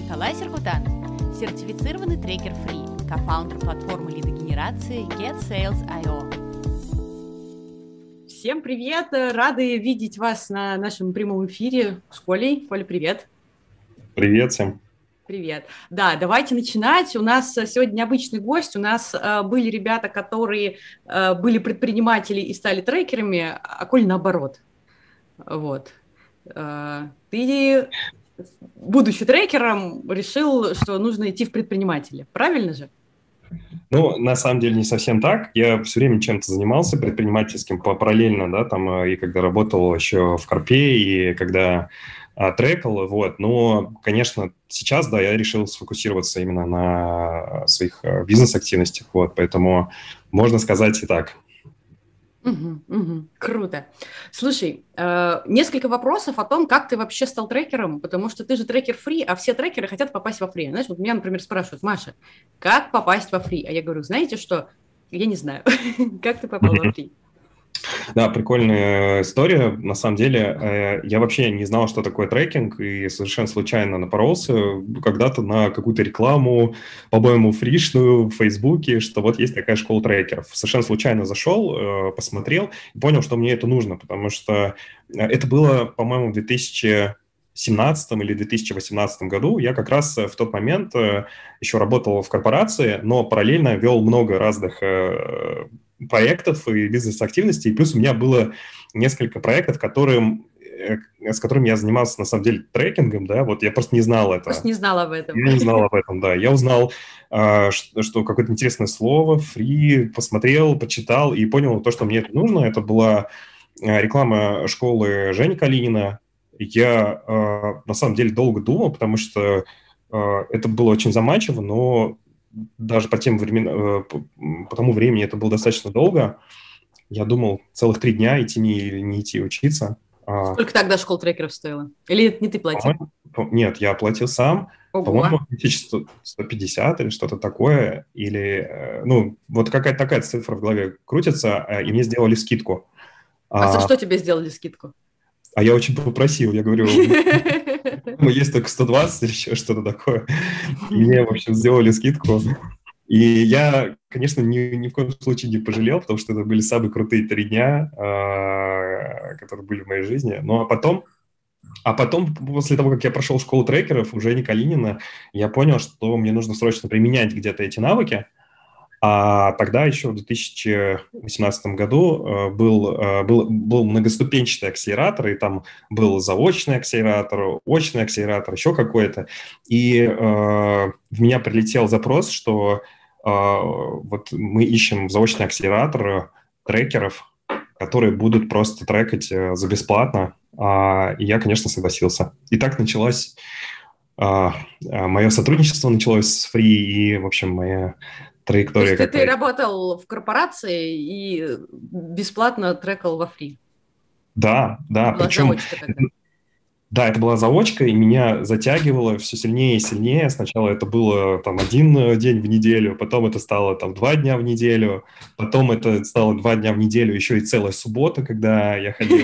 Николай Серкутан, сертифицированный трекер Free, кофаундер платформы лидогенерации GetSales.io. Всем привет! Рады видеть вас на нашем прямом эфире с Колей. Коля, привет! Привет всем! Привет. Да, давайте начинать. У нас сегодня необычный гость. У нас были ребята, которые были предприниматели и стали трекерами, а Коль наоборот. Вот. Ты, будучи трекером, решил, что нужно идти в предприниматели. Правильно же? Ну, на самом деле не совсем так. Я все время чем-то занимался предпринимательским параллельно, да, там, и когда работал еще в Корпе, и когда трекал, вот. Но, конечно, сейчас, да, я решил сфокусироваться именно на своих бизнес-активностях, вот, поэтому можно сказать и так. Круто. Слушай, несколько вопросов о том, как ты вообще стал трекером, потому что ты же трекер Free, а все трекеры хотят попасть во Free. Знаешь, вот меня, например, спрашивают: Маша, как попасть во Free? А я говорю: знаете что? Я не знаю. Как ты попал во Free? Да, прикольная история. На самом деле, я вообще не знал, что такое трекинг, и совершенно случайно напоролся когда-то на какую-то рекламу, по-моему, фришную в Фейсбуке, что вот есть такая школа трекеров. Совершенно случайно зашел, посмотрел и понял, что мне это нужно, потому что это было, по-моему, в 2017 или 2018 году. Я как раз в тот момент еще работал в корпорации, но параллельно вел много разных проектов и бизнес-активностей, и плюс у меня было несколько проектов, с которыми я занимался, на самом деле, трекингом, да, вот я просто не знал этого. Просто не знал об этом. Я не знал об этом, да. Я узнал, что какое-то интересное слово, free, посмотрел, почитал и понял то, что мне это нужно. Это была реклама школы Жени Калинина. Я, на самом деле, долго думал, потому что это было очень заманчиво, но даже по тому времени это было достаточно долго. Я думал, целых 3 дня идти, не идти учиться. Сколько тогда школа трекеров стоила? Или не ты платил? Нет, я платил сам. Ого. По-моему, 1150 или что-то такое. Или, вот какая-то такая цифра в голове крутится, и мне сделали скидку. За что тебе сделали скидку? А я очень попросил, я говорю, есть только 120 или еще что-то такое. И мне, в общем, сделали скидку. И я, конечно, ни в коем случае не пожалел, потому что это были самые крутые 3 дня, которые были в моей жизни. Ну, а потом, после того, как я прошел школу трекеров у Жени Калинина, я понял, что мне нужно срочно применять где-то эти навыки. А тогда еще в 2018 году был многоступенчатый акселератор, и там был заочный акселератор, очный акселератор, еще какой-то. И в меня прилетел запрос, что вот мы ищем заочный акселератор трекеров, которые будут просто трекать за бесплатно. И я, конечно, согласился. И так началось мое сотрудничество, началось с Free, и, в общем, моя траектория. То есть ты работал в корпорации и бесплатно трекал во Free? Да. Причем, да, это была заочка, и меня затягивало все сильнее и сильнее. Сначала это было там 1 день в неделю, потом это стало там 2 дня в неделю, потом это стало 2 дня в неделю, еще и целая суббота, когда я ходил.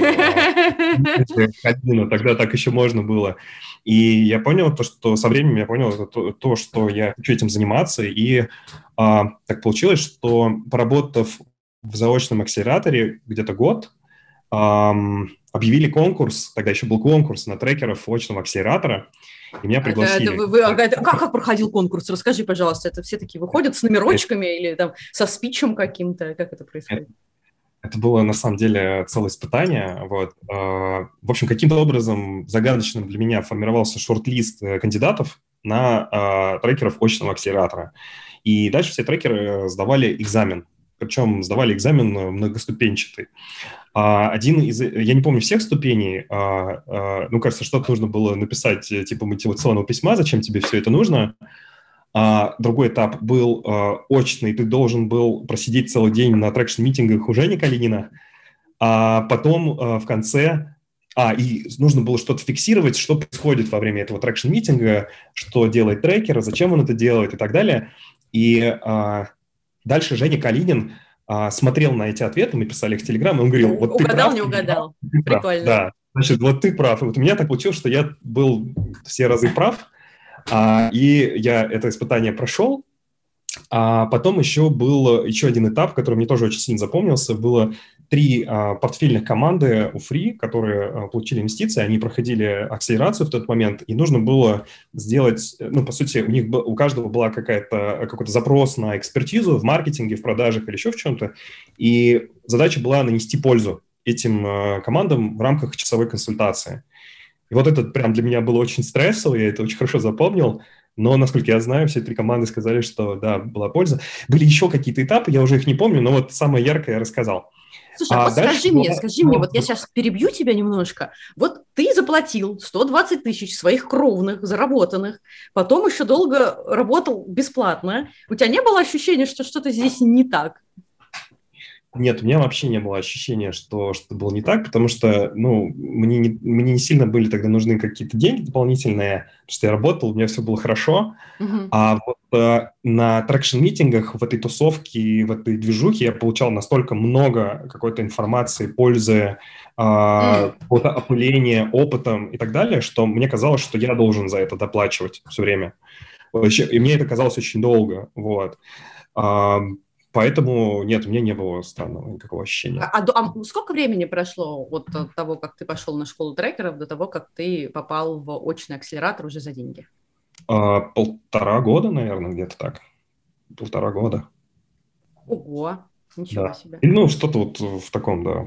Тогда так еще можно было. И я понял что со временем я понял то, что я хочу этим заниматься, и так получилось, что, поработав в заочном акселераторе где-то год, объявили конкурс, тогда еще был конкурс на трекеров очного акселератора, и меня пригласили. Как проходил конкурс? Расскажи, пожалуйста, это все такие выходят с номерочками или там со спичем каким-то? Как это происходит? Это было, на самом деле, целое испытание. Вот. В общем, каким-то образом загадочным для меня формировался шорт-лист кандидатов на трекеров очного акселератора. И дальше все трекеры сдавали экзамен. Причем сдавали экзамен многоступенчатый. Один из... Я не помню всех ступеней. Кажется, что-то нужно было написать, типа мотивационного письма, зачем тебе все это нужно. Другой этап был очный. Ты должен был просидеть целый день на трекшн-митингах у Жени Калинина. А потом в конце... и нужно было что-то фиксировать, что происходит во время этого трекшн-митинга, что делает трекер, зачем он это делает и так далее. И дальше Женя Калинин смотрел на эти ответы, мы писали их в Телеграм, и он говорил: вот ты угадал, прав, не угадал. Прикольно. Да, значит, вот ты прав. И вот у меня так получилось, что я был все разы прав, И я это испытание прошел. А потом еще был еще один этап, который мне тоже очень сильно запомнился. Было 3 портфельных команды у Free, которые получили инвестиции. Они проходили акселерацию в тот момент, и нужно было сделать, ну, по сути, у каждого был какой-то запрос на экспертизу в маркетинге, в продажах или еще в чем-то. И задача была нанести пользу этим командам в рамках часовой консультации. И вот это прям для меня было очень стрессово, я это очень хорошо запомнил. Но, насколько я знаю, все 3 команды сказали, что да, была польза. Были еще какие-то этапы, я уже их не помню, но вот самое яркое я рассказал. Слушай, вот скажи мне, вот я сейчас перебью тебя немножко. Вот ты заплатил 120 тысяч своих кровных, заработанных, потом еще долго работал бесплатно. У тебя не было ощущения, что что-то здесь не так? Нет, у меня вообще не было ощущения, что что-то было не так, потому что, ну, мне не сильно были тогда нужны какие-то деньги дополнительные, потому что я работал, у меня все было хорошо. А вот на трекшн-митингах, в этой тусовке, в этой движухе я получал настолько много какой-то информации, пользы, какого-то опыления опытом и так далее, что мне казалось, что я должен за это доплачивать все время. И мне это казалось очень долго, вот. Поэтому, нет, у меня не было странного никакого ощущения. А сколько времени прошло от того, как ты пошел на школу трекеров, до того, как ты попал в очный акселератор уже за деньги? 1,5 года, наверное, где-то так. 1,5 года. Ого, ничего себе. Ну, что-то вот в таком, да.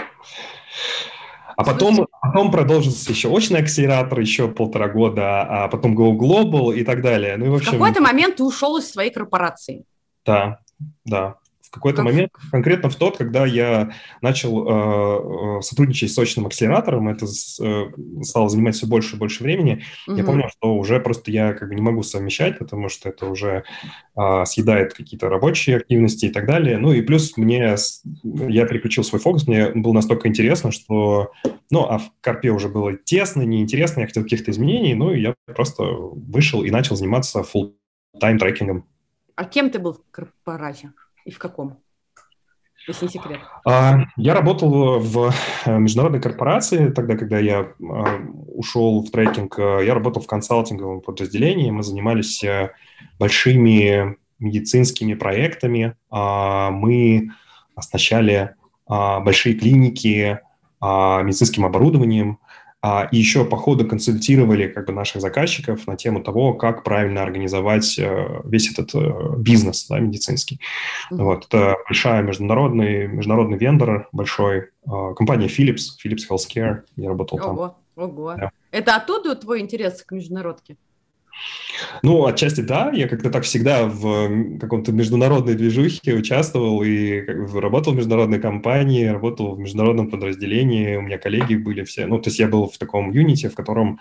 А потом продолжился еще очный акселератор, еще 1,5 года, а потом Go Global и так далее. Ну, и, в общем, какой-то момент ты ушел из своей корпорации. Да. В какой-то момент, конкретно в тот, когда я начал сотрудничать с очным акселератором, это стало занимать все больше и больше времени, я понял, что уже просто я как бы не могу совмещать, потому что это уже съедает какие-то рабочие активности и так далее. Ну и плюс я переключил свой фокус, мне было настолько интересно, что, а в Карпе уже было тесно, неинтересно, я хотел каких-то изменений, ну и я просто вышел и начал заниматься full-time трекингом. А кем ты был в корпорате? И в каком? Если не секрет. Я работал в международной корпорации, тогда, когда я ушел в трекинг. Я работал в консалтинговом подразделении. Мы занимались большими медицинскими проектами. Мы оснащали большие клиники медицинским оборудованием. И еще по ходу консультировали как бы наших заказчиков на тему того, как правильно организовать весь этот бизнес, да, медицинский. Вот, это большая международный вендор, большой, компания Philips Healthcare, я работал там. Ого. Да. Это оттуда твой интерес к международке? Ну, отчасти да, я как-то так всегда в каком-то международной движухе участвовал и работал в международной компании, работал в международном подразделении, у меня коллеги были все, то есть я был в таком юните, в котором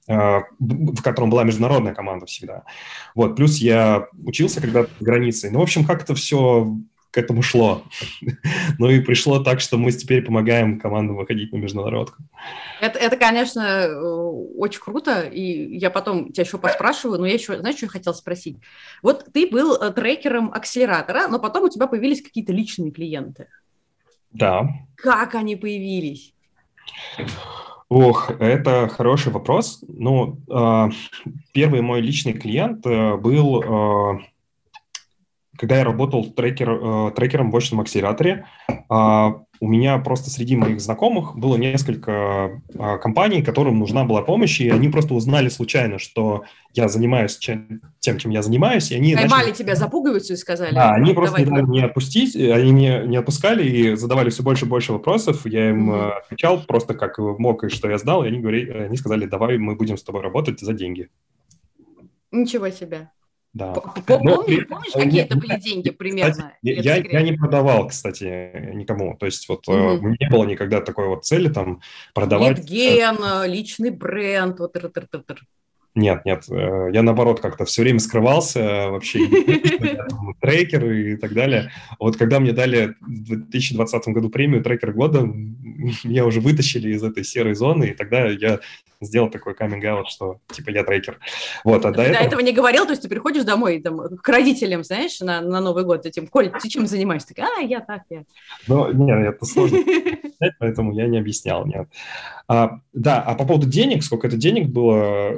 была международная команда всегда. Вот, плюс я учился когда-то за границей, в общем, как-то все к этому шло. Ну и пришло так, что мы теперь помогаем командам выходить на международку. Это, конечно, очень круто, и я потом тебя еще поспрашиваю, но я еще, знаешь, что я хотела спросить? Вот ты был трекером акселератора, но потом у тебя появились какие-то личные клиенты. Да. Как они появились? Ох, это хороший вопрос. Первый мой личный клиент был... Когда я работал трекером в очном акселераторе, у меня просто среди моих знакомых было несколько компаний, которым нужна была помощь, и они просто узнали случайно, что я занимаюсь тем, чем я занимаюсь, и они поймали тебя за пуговицу и сказали. Да, они просто не дали мне отпустить, они меня не отпускали и задавали все больше и больше вопросов. Я им отвечал просто как мог и что я знал, и они сказали: давай мы будем с тобой работать за деньги. Ничего себе. Да. Помнишь, какие это были деньги примерно? Кстати, я не продавал, кстати, никому. То есть вот не было никогда такой вот цели там продавать. Литген, личный бренд. Нет, я наоборот как-то все время скрывался вообще, трекер и так далее. Вот когда мне дали в 2020 году премию «Трекер года», меня уже вытащили из этой серой зоны, и тогда я сделал такой каминг-аут, что типа я трекер. Вот, ты до этого не говорил, то есть ты приходишь домой там, к родителям, знаешь, на Новый год, этим: Коль, ты чем занимаешься? Я так. Ну, нет, это сложно, поэтому я не объяснял, нет. Да, а по поводу денег, сколько это денег было? Да, сколько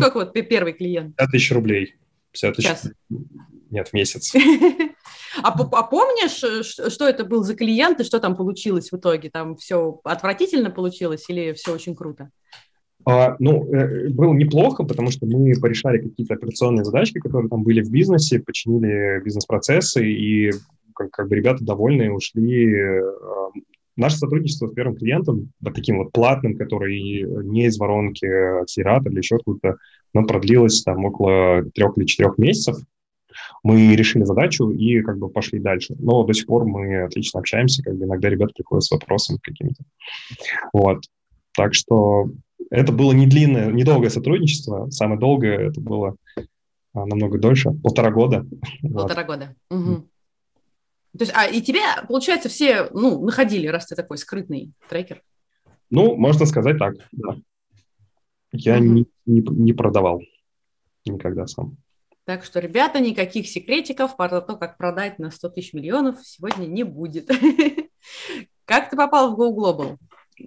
сколько вот первый клиент? 50 тысяч рублей. 50 тысяч. Сейчас. Нет, в месяц. А помнишь, что это был за клиент и что там получилось в итоге? Там все отвратительно получилось или все очень круто? Было неплохо, потому что мы порешали какие-то операционные задачки, которые там были в бизнесе, починили бизнес-процессы, и как бы ребята довольные ушли. Наше сотрудничество с первым клиентом, вот таким вот платным, который не из воронки акселератора или еще откуда-то, но продлилось там около 3 или 4 месяцев. Мы решили задачу и как бы пошли дальше. Но до сих пор мы отлично общаемся, как бы иногда ребята приходят с вопросами какими-то. Вот. Так что это было не длинное, недолгое сотрудничество. Самое долгое это было намного дольше, 1,5 года. 1,5 года. Угу. То есть, и тебя, получается, все находили, раз ты такой скрытный трекер? Можно сказать так, да. Я не продавал никогда сам. Так что, ребята, никаких секретиков про то, как продать на 100 тысяч миллионов, сегодня не будет. Как ты попал в Go Global?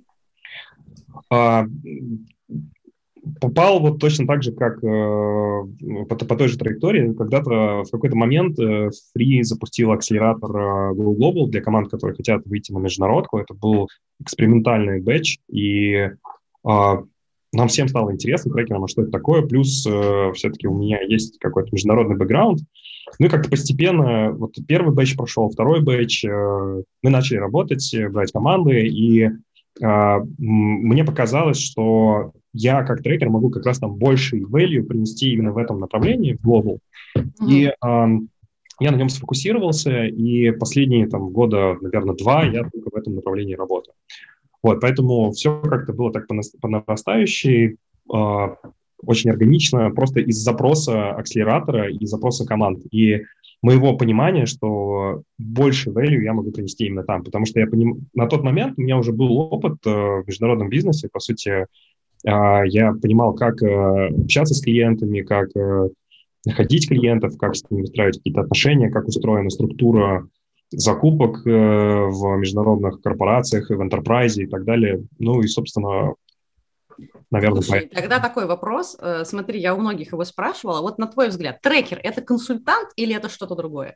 Попал вот точно так же, как по той же траектории. Когда-то в какой-то момент Free запустил акселератор Go Global для команд, которые хотят выйти на международку. Это был экспериментальный бэч, и нам всем стало интересно трекерам, что это такое. Плюс все-таки у меня есть какой-то международный бэкграунд. И как-то постепенно вот первый бэч прошел, второй бэч. Мы начали работать, брать команды, и мне показалось, что я как трекер могу как раз там больший value принести именно в этом направлении, в Global. И я на нем сфокусировался, и последние там года, наверное, 2 я только в этом направлении работаю. Вот, поэтому все как-то было так по нарастающей, очень органично, просто из запроса акселератора и запроса команд. И моего понимания, что больше value я могу принести именно там, потому что на тот момент у меня уже был опыт в международном бизнесе, по сути, я понимал, как общаться с клиентами, как находить клиентов, как с ними строить какие-то отношения, как устроена структура закупок в международных корпорациях, в enterprise и так далее. И, собственно, наверное... Слушай, тогда такой вопрос. Смотри, я у многих его спрашивала. Вот на твой взгляд, трекер – это консультант или это что-то другое?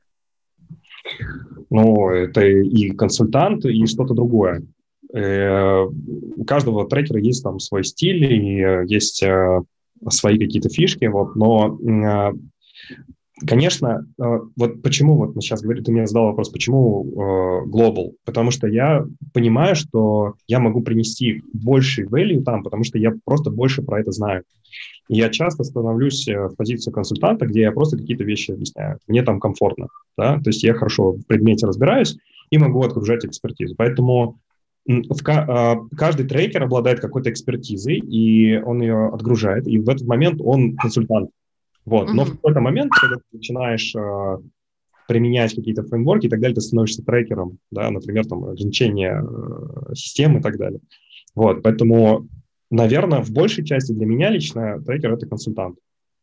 Это и консультант, и что-то другое. У каждого трекера есть там свой стиль, и есть свои какие-то фишки, но... Конечно, вот почему, вот сейчас говорит, ты мне задал вопрос, почему Global? Потому что я понимаю, что я могу принести больший value там, потому что я просто больше про это знаю. И я часто становлюсь в позицию консультанта, где я просто какие-то вещи объясняю. Мне там комфортно, да, то есть я хорошо в предмете разбираюсь и могу отгружать экспертизу. Поэтому каждый трекер обладает какой-то экспертизой, и он ее отгружает, и в этот момент он консультант. Вот. Но в какой-то момент, когда ты начинаешь применять какие-то фреймворки и так далее, ты становишься трекером, да, например, там, ограничения систем и так далее. Вот. Поэтому, наверное, в большей части для меня лично трекер – это консультант.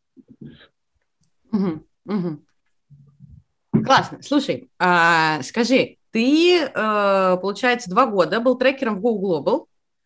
Классно. Слушай, скажи, ты, получается, 2 года был трекером в Go Global.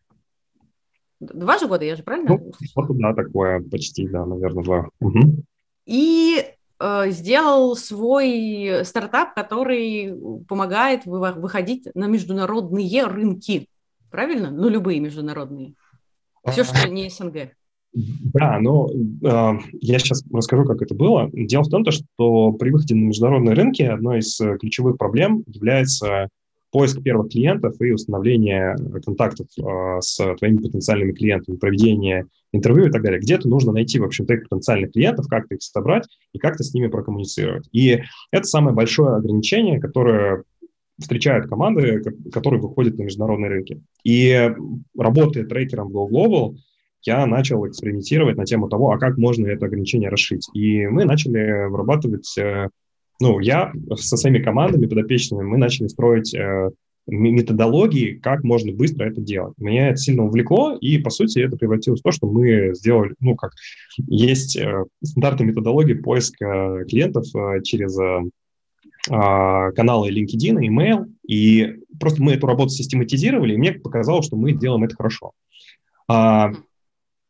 2 же года, я же правильно? Да, такое почти, да, наверное, 2. И сделал свой стартап, который помогает выходить на международные рынки. Правильно? Любые международные. Все, что не СНГ. Да, я сейчас расскажу, как это было. Дело в том, что при выходе на международные рынки одной из ключевых проблем является поиск первых клиентов и установление контактов с твоими потенциальными клиентами, проведение интервью и так далее. Где-то нужно найти, в общем-то, их потенциальных клиентов, как-то их собрать и как-то с ними прокоммуницировать. И это самое большое ограничение, которое встречают команды, которые выходят на международные рынки. И работая трекером в Go Global, я начал экспериментировать на тему того, как можно это ограничение расшить. И мы начали вырабатывать... я со своими командами подопечными, мы начали строить методологии, как можно быстро это делать. Меня это сильно увлекло, и, по сути, это превратилось в то, что мы сделали, есть стандартные методологии поиска клиентов через каналы LinkedIn, email, и просто мы эту работу систематизировали, и мне показалось, что мы делаем это хорошо.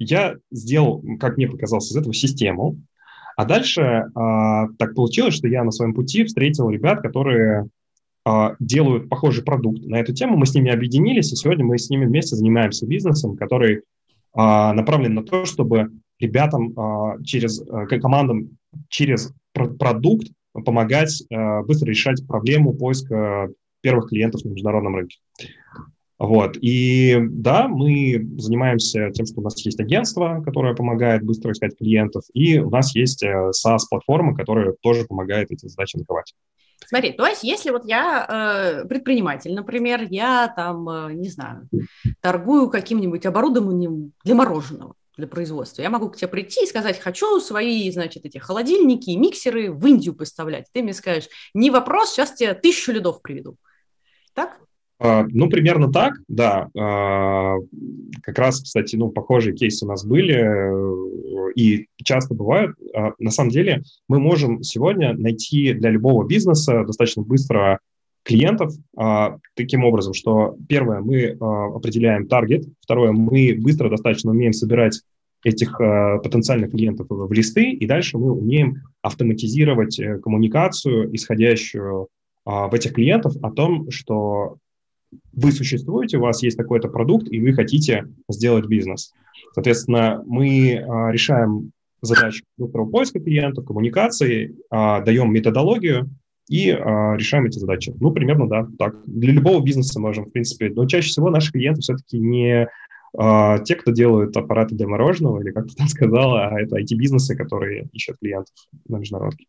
я сделал, как мне показалось, из этого систему. А дальше так получилось, что я на своем пути встретил ребят, которые делают похожий продукт на эту тему. Мы с ними объединились, и сегодня мы с ними вместе занимаемся бизнесом, который направлен на то, чтобы ребятам, командам через продукт помогать быстро решать проблему поиска первых клиентов на международном рынке. Вот. И да, мы занимаемся тем, что у нас есть агентство, которое помогает быстро искать клиентов, и у нас есть SaaS-платформа, которая тоже помогает эти задачи накрывать. Смотри, то есть если вот я предприниматель, например, я там, не знаю, торгую каким-нибудь оборудованием для мороженого, для производства, я могу к тебе прийти и сказать, хочу свои, значит, эти холодильники и миксеры в Индию поставлять. Ты мне скажешь, не вопрос, сейчас тебе 1000 лидов приведу. Так? Ну, примерно так, да. Как раз, кстати, похожие кейсы у нас были и часто бывают. На самом деле мы можем сегодня найти для любого бизнеса достаточно быстро клиентов таким образом, что первое, мы определяем таргет, второе, мы быстро достаточно умеем собирать этих потенциальных клиентов в листы, и дальше мы умеем автоматизировать коммуникацию, исходящую в этих клиентов, о том, что вы существуете, у вас есть такой-то продукт, и вы хотите сделать бизнес. Соответственно, мы решаем задачу быстрого поиска клиентов, коммуникации, даем методологию и решаем эти задачи. Примерно, да, так. Для любого бизнеса можем, в принципе. Но чаще всего наши клиенты все-таки не те, кто делают аппараты для мороженого, или как ты там сказала, а это IT-бизнесы, которые ищут клиентов на международке.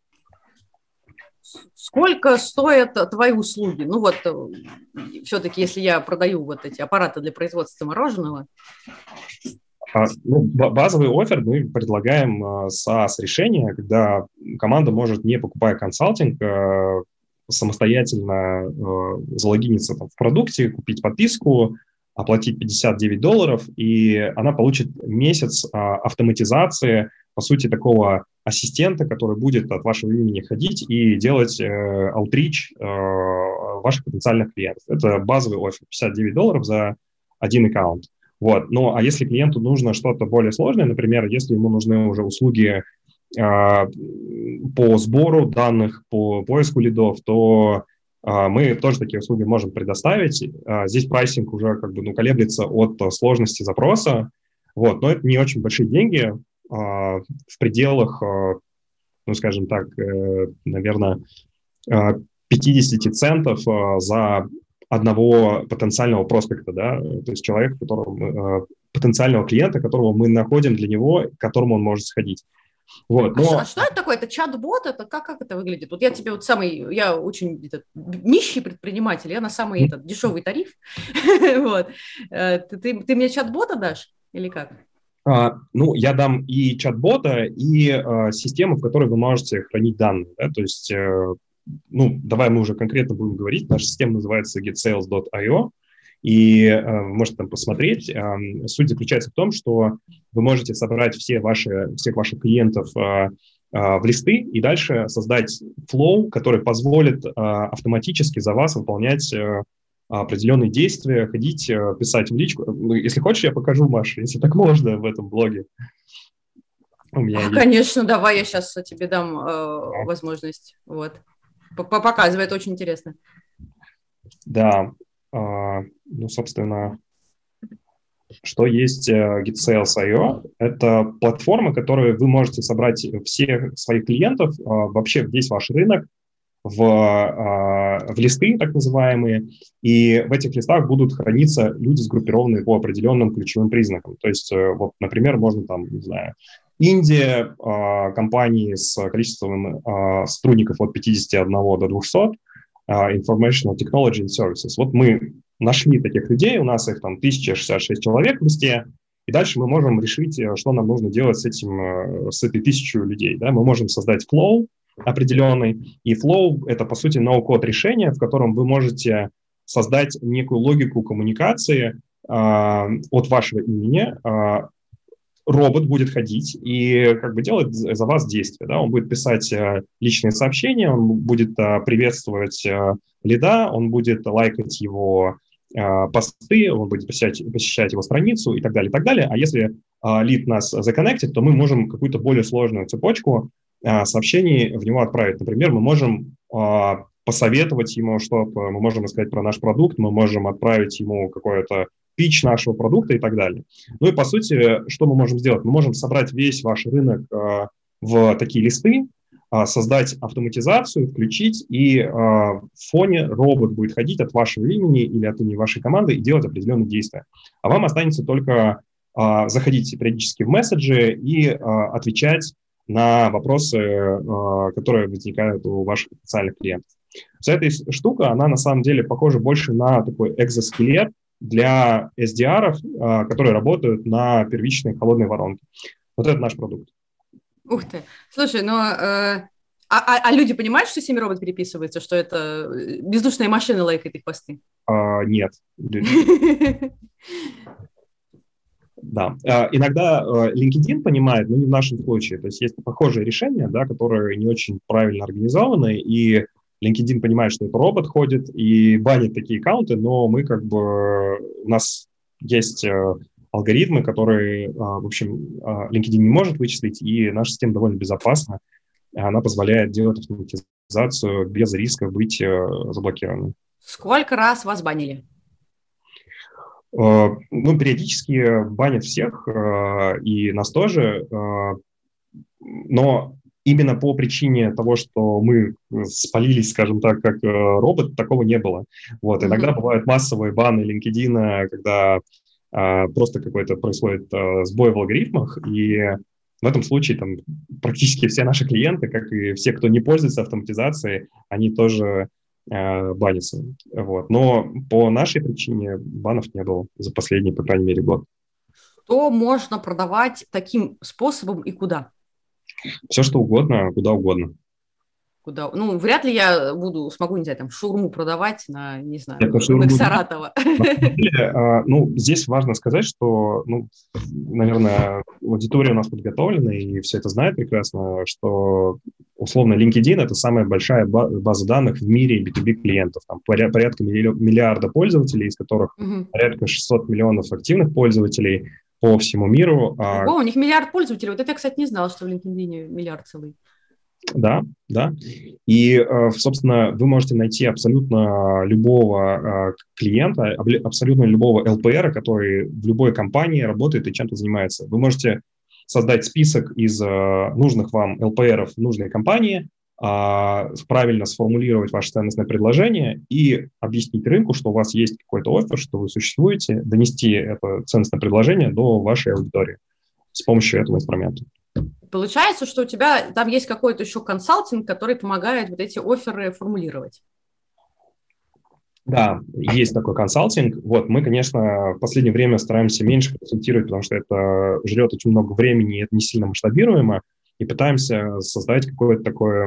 Сколько стоят твои услуги? Все-таки, если я продаю вот эти аппараты для производства мороженого. Базовый оффер мы предлагаем SaaS-решение, когда команда может, не покупая консалтинг, самостоятельно залогиниться в продукте, купить подписку, оплатить $59, и она получит месяц автоматизации, по сути, такого ассистента, который будет от вашего имени ходить и делать аутрич ваших потенциальных клиентов. Это базовый оффер, $59 за один аккаунт. Вот. А если клиенту нужно что-то более сложное, например, если ему нужны уже услуги по сбору данных, по поиску лидов, то мы тоже такие услуги можем предоставить. Здесь прайсинг уже колеблется от сложности запроса, вот. Но это не очень большие деньги, в пределах, скажем так, наверное, 50 центов за одного потенциального проспекта, да, то есть человека, потенциального клиента, которого мы находим для него, к которому он может сходить. Вот, А что это такое? Это чат-бот? Это как это выглядит? Вот я тебе я очень нищий предприниматель, я на самый дешевый тариф. Вот. Ты мне чат-бота дашь или как? Я дам и чат-бота, и систему, в которой вы можете хранить данные. Да? То есть, давай мы уже конкретно будем говорить. Наша система называется getsales.io, и вы можете там посмотреть. Суть заключается в том, что вы можете собрать всех ваших клиентов в листы и дальше создать флоу, который позволит автоматически за вас выполнять определенные действия, ходить, писать в личку. Если хочешь, я покажу, Маша, если так можно в этом блоге. Конечно, давай я сейчас тебе дам возможность. Вот. Показывай, это очень интересно. Да. Собственно, что есть getsales.io? Это платформа, которой вы можете собрать всех своих клиентов, вообще весь ваш рынок, в листы, так называемые, и в этих листах будут храниться люди, сгруппированные по определенным ключевым признакам. То есть, например, можно Индия, компании с количеством сотрудников от 51 до 200, Informational Technology and Services. Вот мы нашли таких людей, у нас их 1066 человек в листе, и дальше мы можем решить, что нам нужно делать с этой 1000 людей. Да? Мы можем создать flow определенный, и flow — это, по сути, no-code решение, в котором вы можете создать некую логику коммуникации от вашего имени. Робот будет ходить и делать за вас действия. Да? Он будет писать личные сообщения, он будет приветствовать лида, он будет лайкать его посты, он будет посещать его страницу и так далее, и так далее. А если лид нас законнектит, то мы можем какую-то более сложную цепочку сообщений в него отправить. Например, мы можем посоветовать ему что-то, мы можем рассказать про наш продукт, мы можем отправить ему какой-то пич нашего продукта и так далее. Ну и, по сути, что мы можем сделать? Мы можем собрать весь ваш рынок в такие листы, создать автоматизацию, включить, и в фоне робот будет ходить от вашего имени или от имени вашей команды и делать определенные действия. А вам останется только заходить периодически в месседжи и отвечать на вопросы, которые возникают у ваших потенциальных клиентов. Вся эта штука, она на самом деле похожа больше на такой экзоскелет для SDR-ов, которые работают на первичной холодной воронке. Вот это наш продукт. Ух ты. Слушай, но люди понимают, что с ними робот переписывается, что это бездушная машина лайкает их посты? Нет. Да. Иногда LinkedIn понимает, но не в нашем случае. То есть есть похожие решения, да, которые не очень правильно организованы, и LinkedIn понимает, что это робот ходит и банит такие аккаунты, но мы у нас есть алгоритмы, которые, в общем, LinkedIn не может вычислить, и наша система довольно безопасна. Она позволяет делать автоматизацию без риска быть заблокированной. Сколько раз вас банили? Периодически банят всех, и нас тоже, но именно по причине того, что мы спалились, скажем так, как робот, такого не было. Вот. Иногда бывают массовые баны LinkedIn, когда просто какой-то происходит сбой в алгоритмах, и в этом случае там практически все наши клиенты, как и все, кто не пользуется автоматизацией, они тоже банятся. Вот. Но по нашей причине банов не было за последний, по крайней мере, год. Что можно продавать таким способом и куда? Все, что угодно, куда угодно. Куда? Ну, вряд ли я смогу, не знаю, там, шаурму продавать на, не знаю, рынок Саратова. Здесь важно сказать, что, наверное, аудитория у нас подготовлена, и все это знает прекрасно, что, условно, LinkedIn – это самая большая база данных в мире B2B клиентов. Там порядка миллиарда пользователей, из которых порядка 600 миллионов активных пользователей по всему миру. Ого, у них миллиард пользователей. Вот это я, кстати, не знала, что в LinkedIn миллиард целый. Да. И, собственно, вы можете найти абсолютно любого клиента, абсолютно любого ЛПР, который в любой компании работает и чем-то занимается. Вы можете создать список из нужных вам ЛПРов в нужной компании, правильно сформулировать ваше ценностное предложение и объяснить рынку, что у вас есть какой-то оффер, что вы существуете, донести это ценностное предложение до вашей аудитории с помощью этого инструмента. Получается, что у тебя там есть какой-то еще консалтинг, который помогает вот эти офферы формулировать. Да, есть такой консалтинг. Вот, мы, конечно, в последнее время стараемся меньше консультировать, потому что это жрет очень много времени, и это не сильно масштабируемо, и пытаемся создать какое-то такое...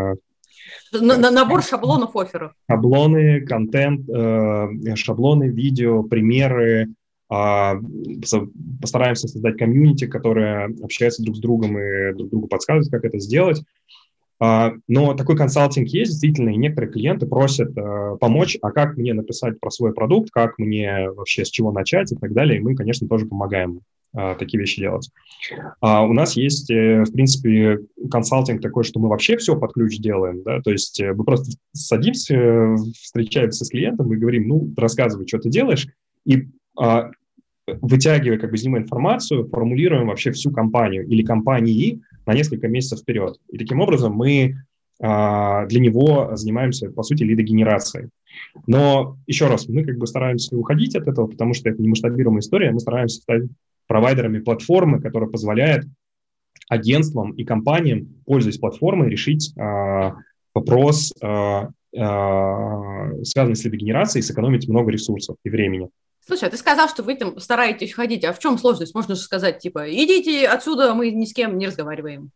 Набор шаблонов офферов. Шаблоны, контент, шаблоны, видео, примеры. Постараемся создать комьюнити, которое общается друг с другом и друг другу подсказывает, как это сделать. Но такой консалтинг есть, действительно, и некоторые клиенты просят помочь, а как мне написать про свой продукт, как мне вообще с чего начать и так далее. И мы, конечно, тоже помогаем такие вещи делать. У нас есть, в принципе, консалтинг такой, что мы вообще все под ключ делаем, да, то есть мы просто садимся, встречаемся с клиентом и говорим, рассказывай, что ты делаешь, и вытягивая как бы из него информацию, формулируем вообще всю компанию или компании на несколько месяцев вперед. И таким образом мы для него занимаемся, по сути, лидогенерацией. Но, еще раз, мы как бы стараемся уходить от этого, потому что это не масштабируемая история, мы стараемся стать провайдерами платформы, которая позволяет агентствам и компаниям, пользуясь платформой, решить вопрос, связанный с лидогенерацией, и сэкономить много ресурсов и времени. Слушай, а ты сказал, что вы там стараетесь уходить, а в чем сложность? Можно же сказать, типа, идите отсюда, мы ни с кем не разговариваем.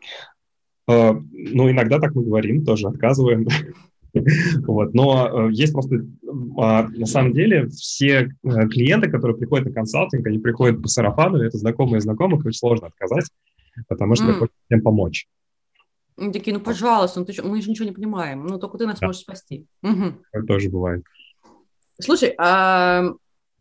Иногда так мы говорим, тоже отказываем. Вот. Но есть просто, на самом деле, все клиенты, которые приходят на консалтинг, они приходят по сарафану, это знакомые знакомых, очень сложно отказать, потому что хочется всем помочь. Они такие, пожалуйста, мы же ничего не понимаем, только ты нас можешь спасти. Это тоже бывает. Слушай, а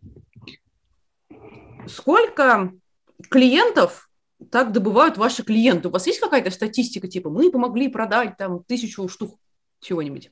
сколько клиентов так добывают ваши клиенты? У вас есть какая-то статистика, типа, мы помогли продать там 1000 штук чего-нибудь?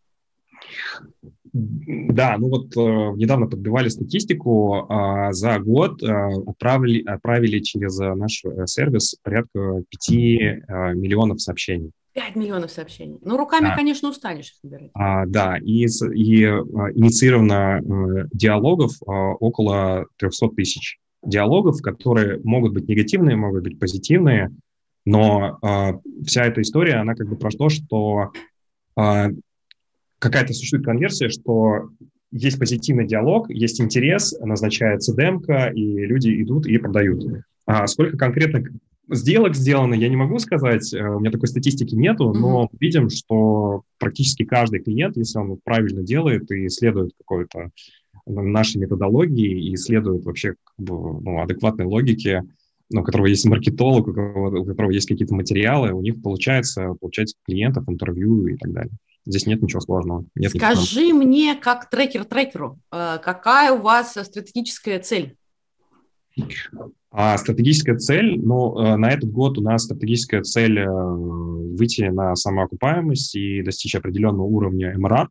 Да, ну вот недавно подбивали статистику, за год отправили через наш сервис порядка 5 миллионов сообщений. 5 миллионов сообщений. Ну, руками, конечно, устанешь собирать. Да, и инициировано диалогов около 300 тысяч диалогов, которые могут быть негативные, могут быть позитивные, но вся эта история, она как бы про то, что какая-то существует конверсия, что есть позитивный диалог, есть интерес, назначается демка, и люди идут и продают. А сколько конкретно сделок сделано, я не могу сказать, у меня такой статистики нету, но видим, что практически каждый клиент, если он правильно делает и следует какой-то нашей методологии и следует вообще адекватной лоgiке, у которого есть маркетолог, у которого есть какие-то материалы, у них получается получать клиентов, интервью и так далее. Здесь нет ничего сложного. Скажи мне, как трекеру, какая у вас стратегическая цель? Стратегическая цель, на этот год у нас стратегическая цель выйти на самоокупаемость и достичь определенного уровня МРР.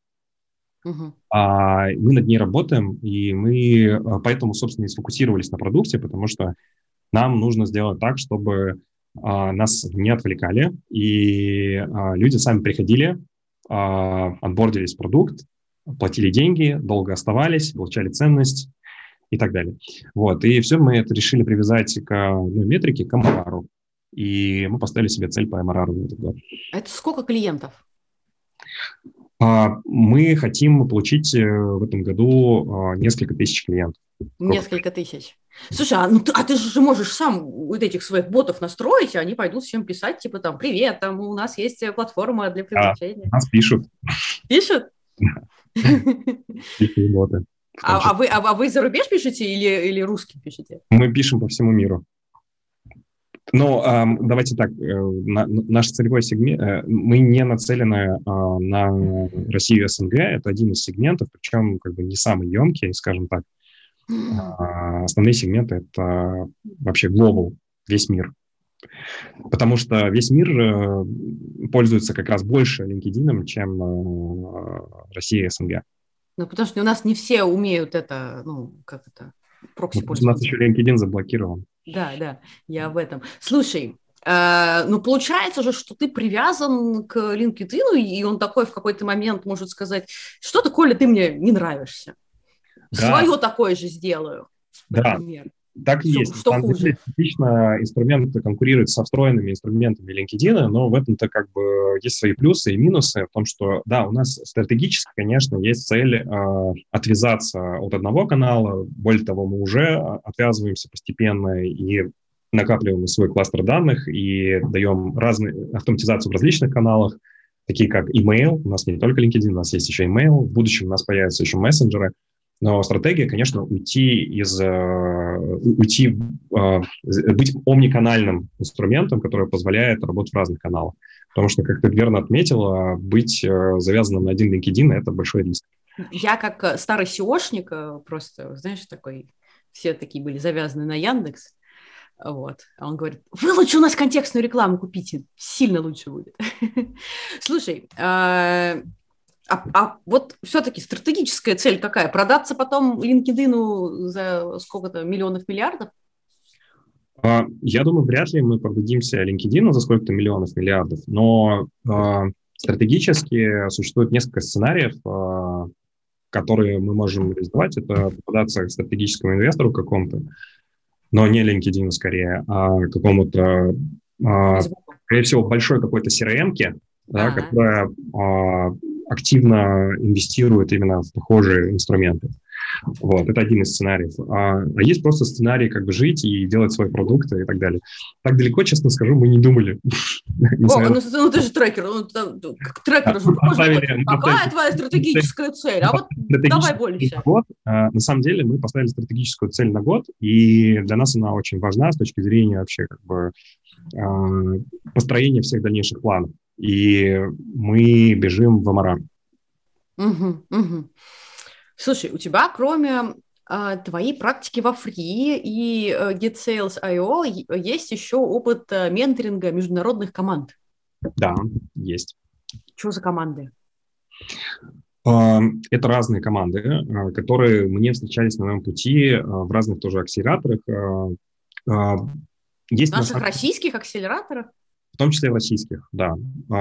Мы над ней работаем, и мы поэтому, собственно, и сфокусировались на продукте, потому что нам нужно сделать так, чтобы нас не отвлекали, и люди сами приходили, онбордились в продукт, платили деньги, долго оставались, получали ценность и так далее. И все мы это решили привязать к метрике, к МРРу. И мы поставили себе цель по МРРу в этот год. Это сколько клиентов? Мы хотим получить в этом году несколько тысяч клиентов. Несколько тысяч. Слушай, а ты же можешь сам вот этих своих ботов настроить, и они пойдут всем писать, типа там, привет, там у нас есть платформа для привлечения. Нас пишут. Пишут? Пишут боты. А вы за рубеж пишете или русским пишете? Мы пишем по всему миру. Давайте так, наш целевой сегмент, мы не нацелены на Россию и СНГ, это один из сегментов, причем как бы не самый емкий, скажем так. Основные сегменты — это вообще global, весь мир. Потому что весь мир пользуется как раз больше LinkedIn, чем Россия и СНГ. Потому что у нас не все умеют это, прокси пользоваться. У нас еще LinkedIn заблокирован. Да, я об этом. Слушай, получается же, что ты привязан к LinkedIn, и он такой в какой-то момент может сказать, что-то, Коля, ты мне не нравишься. Да. Свое такое же сделаю, например. Так и есть. Что хуже? Отлично инструмент конкурирует со встроенными инструментами LinkedIn, но в этом-то как бы есть свои плюсы и минусы в том, что, да, у нас стратегически, конечно, есть цель отвязаться от одного канала. Более того, мы уже отвязываемся постепенно и накапливаем свой кластер данных и даем автоматизацию в различных каналах, такие как email. У нас не только LinkedIn, у нас есть еще email. В будущем у нас появятся еще мессенджеры. Но стратегия, конечно, быть омниканальным инструментом, который позволяет работать в разных каналах. Потому что, как ты верно отметила, быть завязанным на один LinkedIn – это большой риск. Я как старый SEOшник просто, знаешь, такой, все такие были завязаны на Яндекс. А он говорит, вы лучше у нас контекстную рекламу купите, сильно лучше будет. Слушай, вот все-таки стратегическая цель какая? Продаться потом LinkedIn за сколько-то миллионов-миллиардов? Я думаю, вряд ли мы продадимся LinkedIn за сколько-то миллионов-миллиардов, но стратегически существует несколько сценариев, которые мы можем реализовать. Это продаться стратегическому инвестору какому-то, но не LinkedIn скорее, а какому-то, скорее всего, большой какой-то CRM-ке, да, которая активно инвестирует именно в похожие инструменты. Это один из сценариев. А есть просто сценарий как бы жить и делать свои продукты и так далее. Так далеко, честно скажу, мы не думали. Ты же трекер. Трекер же. Какая твоя стратегическая цель? Давай больше. На самом деле мы поставили стратегическую цель на год, и для нас она очень важна с точки зрения вообще как бы построения всех дальнейших планов. И мы бежим в МРР. Слушай, у тебя, кроме твоей практики во Free и GetSales.io, есть еще опыт менторинга международных команд. Да, есть. Что за команды? Это разные команды, которые мне встречались на моем пути в разных тоже акселераторах. Есть наших российских акселераторах? В том числе российских, да.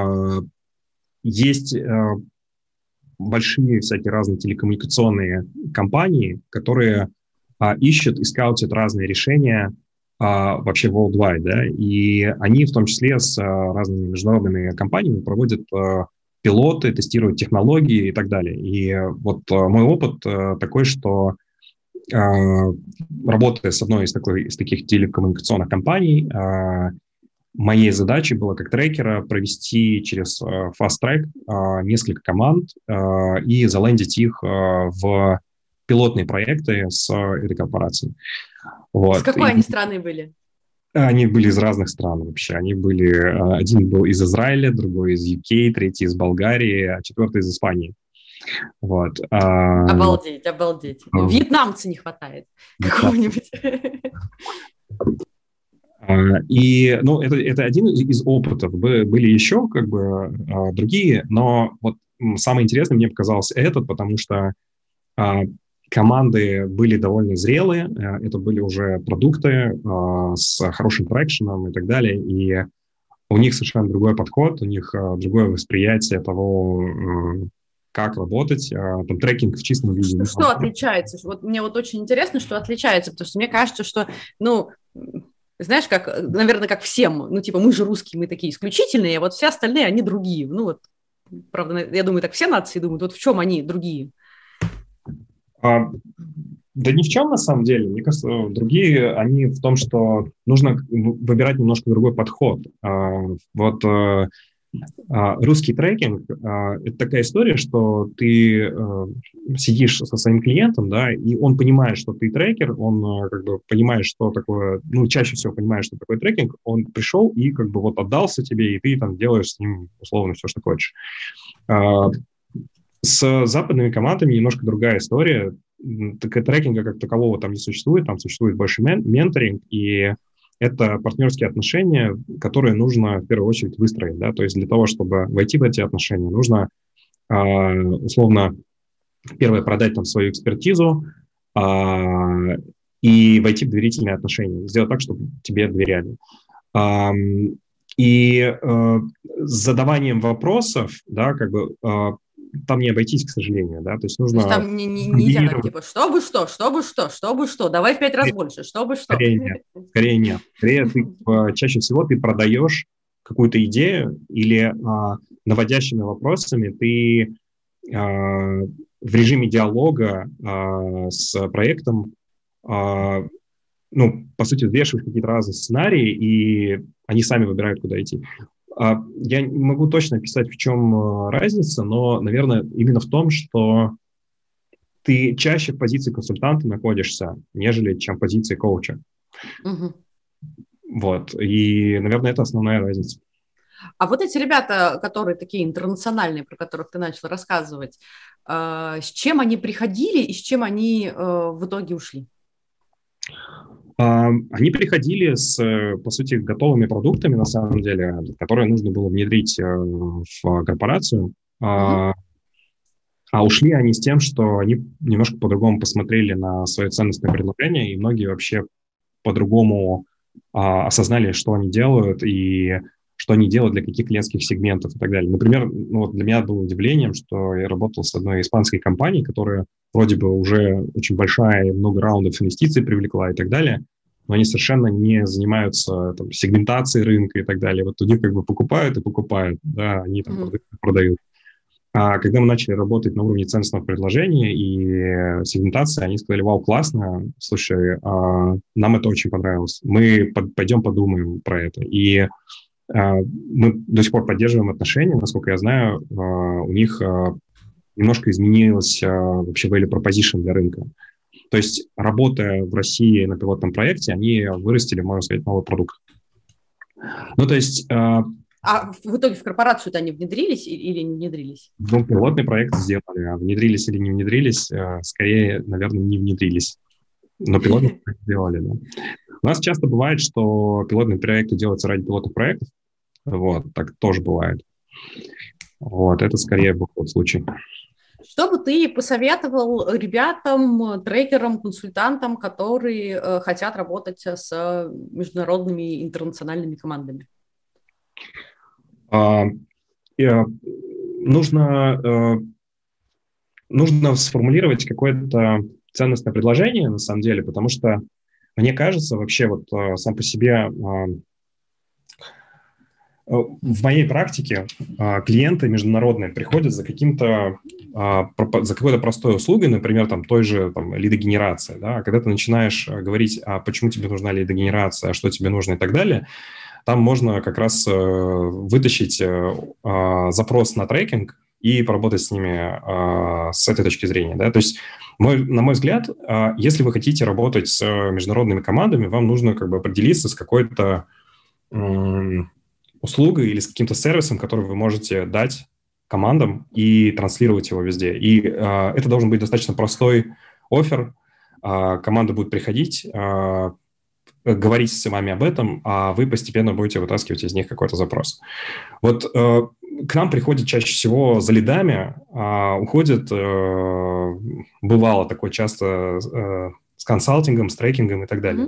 Есть большие всякие разные телекоммуникационные компании, которые ищут и скаутят разные решения вообще worldwide, да, и они в том числе с разными международными компаниями проводят пилоты, тестируют технологии и так далее. И вот мой опыт такой, что работая с одной из таких телекоммуникационных компаний, моей задачей было как трекера провести через Fast Track несколько команд и залендить их в пилотные проекты с этой корпорацией. Вот. С какой они страны были? Они были из разных стран вообще. Один был из Израиля, другой из UK, третий из Болгарии, а четвертый из Испании. Вот. Обалдеть. Вьетнамца не хватает какого-нибудь. И, это один из опытов. Были еще другие, но вот самое интересное мне показалось этот, потому что команды были довольно зрелые, это были уже продукты с хорошим трекшеном и так далее, и у них совершенно другой подход, у них другое восприятие того, как работать, там трекинг в чистом виде. Что отличается? Вот мне очень интересно, что отличается, потому что мне кажется, что, знаешь, наверное, как всем, мы же русские, мы такие исключительные, а вот все остальные, они другие. Правда, я думаю, так все нации думают, вот в чем они другие? Да ни в чем, на самом деле. Мне кажется, другие, они в том, что нужно выбирать немножко другой подход. Русский трекинг – это такая история, что ты сидишь со своим клиентом, да, и он понимает, что ты трекер, он понимает, что такое, чаще всего понимает, что такое трекинг, он пришел и отдался тебе, и ты там делаешь с ним условно все, что хочешь. С западными командами немножко другая история. Трекинга как такового там не существует, там существует больше менторинг, и это партнерские отношения, которые нужно в первую очередь выстроить, да, то есть для того, чтобы войти в эти отношения, нужно условно первое продать там свою экспертизу и войти в доверительные отношения, сделать так, чтобы тебе доверяли. И с задаванием вопросов, да, там не обойтись, к сожалению, да, то есть нужно... То есть там нельзя так, чтобы что, давай в 5 раз больше, чтобы что. Скорее нет. Чаще всего ты продаешь какую-то идею или наводящими вопросами ты в режиме диалога с проектом, по сути, взвешиваешь какие-то разные сценарии, и они сами выбирают, куда идти. Я не могу точно описать, в чем разница, но, наверное, именно в том, что ты чаще в позиции консультанта находишься, нежели чем в позиции коуча. Угу. Вот. И, наверное, это основная разница. А вот эти ребята, которые такие интернациональные, про которых ты начал рассказывать, с чем они приходили и с чем они в итоге ушли? Они приходили с, по сути, готовыми продуктами, на самом деле, которые нужно было внедрить в корпорацию. А ушли они с тем, что они немножко по-другому посмотрели на свое ценностное предложение, и многие вообще по-другому осознали, что они делают и что они делают для каких клиентских сегментов и так далее. Например, для меня было удивлением, что я работал с одной испанской компанией, которая вроде бы уже очень большая, много раундов инвестиций привлекла и так далее, но они совершенно не занимаются там сегментацией рынка и так далее. Вот у них покупают и покупают, да, они там продают. А когда мы начали работать на уровне ценностного предложения и сегментации, они сказали: вау, классно, слушай, нам это очень понравилось, мы пойдем подумаем про это. И мы до сих пор поддерживаем отношения, насколько я знаю, у них немножко изменилось вообще value proposition для рынка. То есть, работая в России на пилотном проекте, они вырастили, можно сказать, новый продукт. То есть, А в итоге в корпорацию-то они внедрились или не внедрились? Ну, пилотный проект сделали, а внедрились или не внедрились, скорее, наверное, не внедрились. Но пилотный проект сделали, да. У нас часто бывает, что пилотные проекты делаются ради пилотных проектов. Вот, так тоже бывает. Вот, это скорее был тот случай. Что бы ты посоветовал ребятам, трекерам, консультантам, которые хотят работать с международными интернациональными командами? Нужно сформулировать какое-то ценностное предложение, на самом деле, потому что, мне кажется, вообще вот сам по себе в моей практике клиенты международные приходят за какой-то простой услугой, например, там, той же там, лидогенерации. Да? Когда ты начинаешь говорить, а почему тебе нужна лидогенерация, а что тебе нужно и так далее, там можно как раз вытащить запрос на трекинг и поработать с ними с этой точки зрения. Да? То есть, на мой взгляд, если вы хотите работать с международными командами, вам нужно как бы определиться с какой-то услугой или с каким-то сервисом, который вы можете дать командам и транслировать его везде. И это должен быть достаточно простой оффер. Команда будет приходить, говорить с вами об этом, а вы постепенно будете вытаскивать из них какой-то запрос. Вот к нам приходят чаще всего за лидами, уходят, бывало такое часто, с консалтингом, с трекингом и так далее.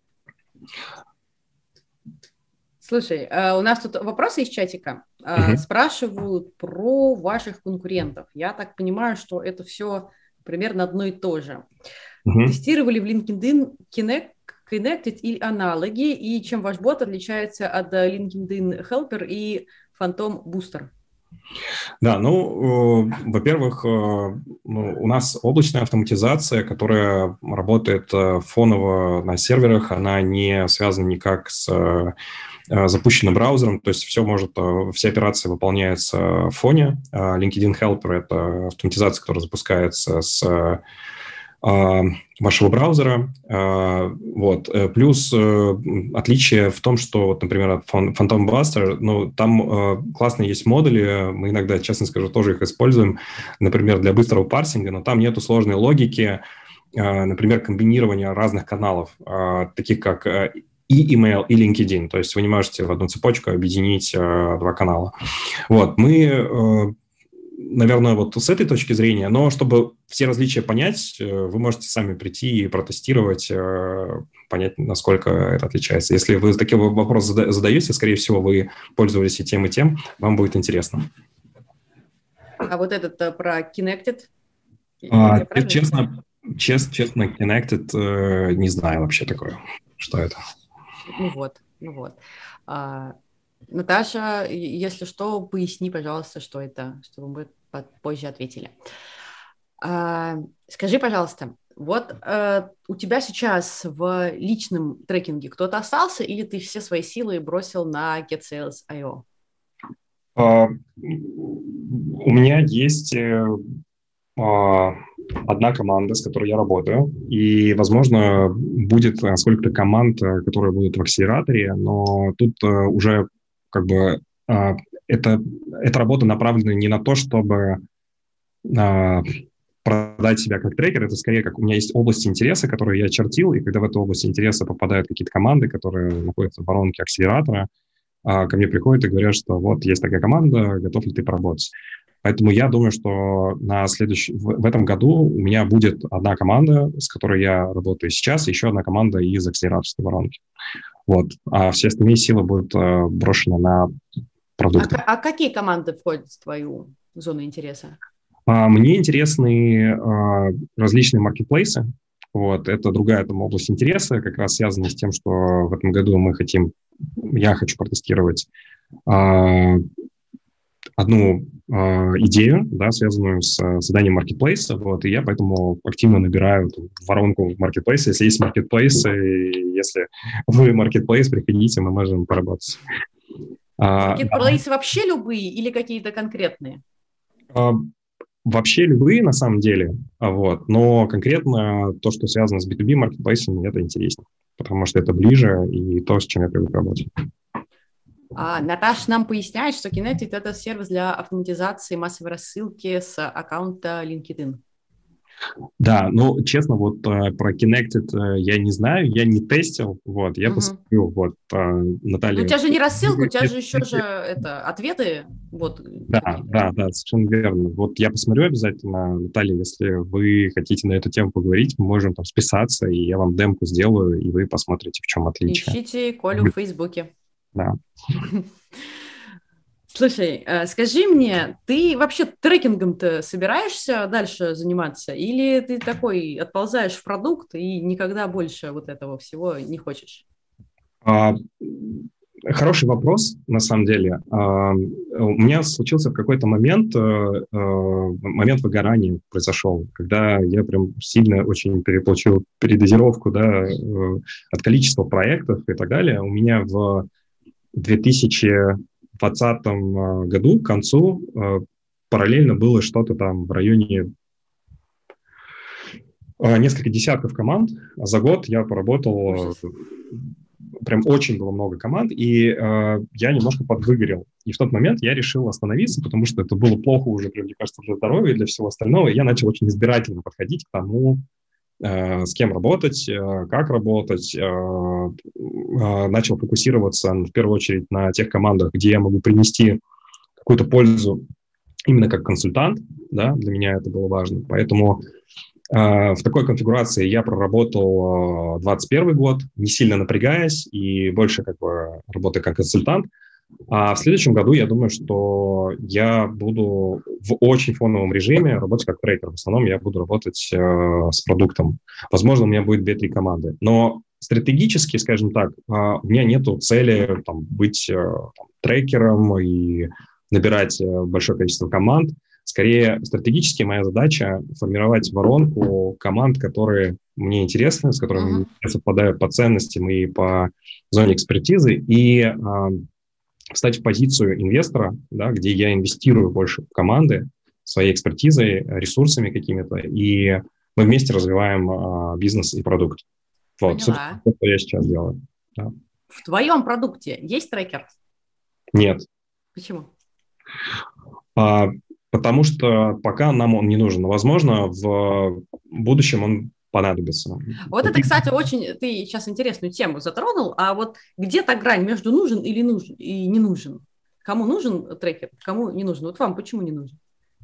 Слушай, у нас тут вопросы из чатика. Спрашивают про ваших конкурентов. Я так понимаю, что это все примерно одно и то же. Тестировали в LinkedIn Connected или аналоги, и чем ваш бот отличается от LinkedIn Helper и Phantom Booster? Да, во-первых, у нас облачная автоматизация, которая работает фоново на серверах, она не связана никак с запущенным браузером, то есть все операции выполняются в фоне. LinkedIn Helper – это автоматизация, которая запускается с вашего браузера. Вот. Плюс отличие в том, что, вот, например, от Phantom Buster, там классные есть модули, мы иногда, честно скажу, тоже их используем, например, для быстрого парсинга, но там нету сложной логики, например, комбинирования разных каналов, таких как и email, и LinkedIn. То есть вы не можете в одну цепочку объединить два канала. Вот. Мы, наверное, вот с этой точки зрения, но чтобы все различия понять, вы можете сами прийти и протестировать, понять, насколько это отличается. Если вы такие вопросы задаете, скорее всего, вы пользовались и тем, вам будет интересно. А вот этот про Connected? Честно, Connected не знаю вообще такое, что это. Ну вот. Наташа, если что, поясни, пожалуйста, что это, чтобы мы позже ответили. Скажи, пожалуйста, вот у тебя сейчас в личном трекинге кто-то остался, или ты все свои силы бросил на GetSales.io? У меня есть одна команда, с которой я работаю, и, возможно, будет сколько-то команд, которые будут в акселераторе, но тут уже как бы эта работа направлена не на то, чтобы продать себя как трекер, это скорее как у меня есть область интереса, которую я очертил, и когда в эту область интереса попадают какие-то команды, которые находятся в воронке акселератора, ко мне приходят и говорят, что вот есть такая команда, готов ли ты поработать. Поэтому я думаю, что в этом году у меня будет одна команда, с которой я работаю сейчас, и еще одна команда из акселераторской воронки. Вот. А все остальные силы будут брошены на продукты. А какие команды входят в твою зону интереса? Мне интересны различные маркетплейсы. Вот. Это другая область интереса, как раз связанная с тем, что в этом году я хочу протестировать одну идею, да, связанную с созданием маркетплейса, вот, и я поэтому активно набираю воронку маркетплейса. Если есть маркетплейсы, если вы маркетплейс, приходите, мы можем поработать. Маркетплейсы вообще любые или какие-то конкретные? Вообще любые, на самом деле, вот, но конкретно то, что связано с B2B маркетплейсами, это интереснее, потому что это ближе и то, с чем я привык работать. Наташа нам поясняет, что Kinetic – это сервис для автоматизации массовой рассылки с аккаунта LinkedIn. Да, ну, честно, вот про Connected я не знаю, я не тестил, вот, я посмотрю, вот, Наталья... Ну, у тебя же не рассылка, у тебя же еще же ответы, вот. Да, совершенно верно. Вот я посмотрю обязательно, Наталья, если вы хотите на эту тему поговорить, мы можем там списаться, и я вам демку сделаю, и вы посмотрите, в чем отличие. Ищите Колю в Фейсбуке. Да. Слушай, скажи мне, ты вообще трекингом-то собираешься дальше заниматься? Или ты такой отползаешь в продукт и никогда больше вот этого всего не хочешь? Хороший вопрос, на самом деле. У меня случился в какой-то момент выгорания произошел, когда я прям сильно очень переполучил передозировку, да, от количества проектов и так далее. У меня в 2020 году, к концу, параллельно было что-то там в районе несколько десятков команд. За год я поработал, прям очень было много команд, и я немножко подвыгорел. И в тот момент я решил остановиться, потому что это было плохо уже, мне кажется, для здоровья и для всего остального. И я начал очень избирательно подходить к тому, с кем работать, как работать, начал фокусироваться в первую очередь на тех командах, где я могу принести какую-то пользу именно как консультант, да, для меня это было важно. Поэтому в такой конфигурации я проработал 2021 год, не сильно напрягаясь и больше как бы работая как консультант. А в следующем году я думаю, что я буду в очень фоновом режиме работать как трекер. В основном я буду работать с продуктом. Возможно, у меня будет 2-3 команды. Но стратегически, скажем так, у меня нету цели там, быть трекером и набирать большое количество команд. Скорее, стратегически моя задача формировать воронку команд, которые мне интересны, с которыми я совпадаю по ценностям и по зоне экспертизы, и встать в позицию инвестора, да, где я инвестирую больше в команды, своей экспертизой, ресурсами какими-то, и мы вместе развиваем бизнес и продукт. Вот, собственно, что я сейчас делаю. Да. В твоем продукте есть трекер? Нет. Почему? Потому что пока нам он не нужен. Возможно, в будущем он понадобится. Вот это, кстати, очень... Ты сейчас интересную тему затронул, а вот где та грань между нужен или нужен и не нужен? Кому нужен трекер, кому не нужен? Вот вам почему не нужен?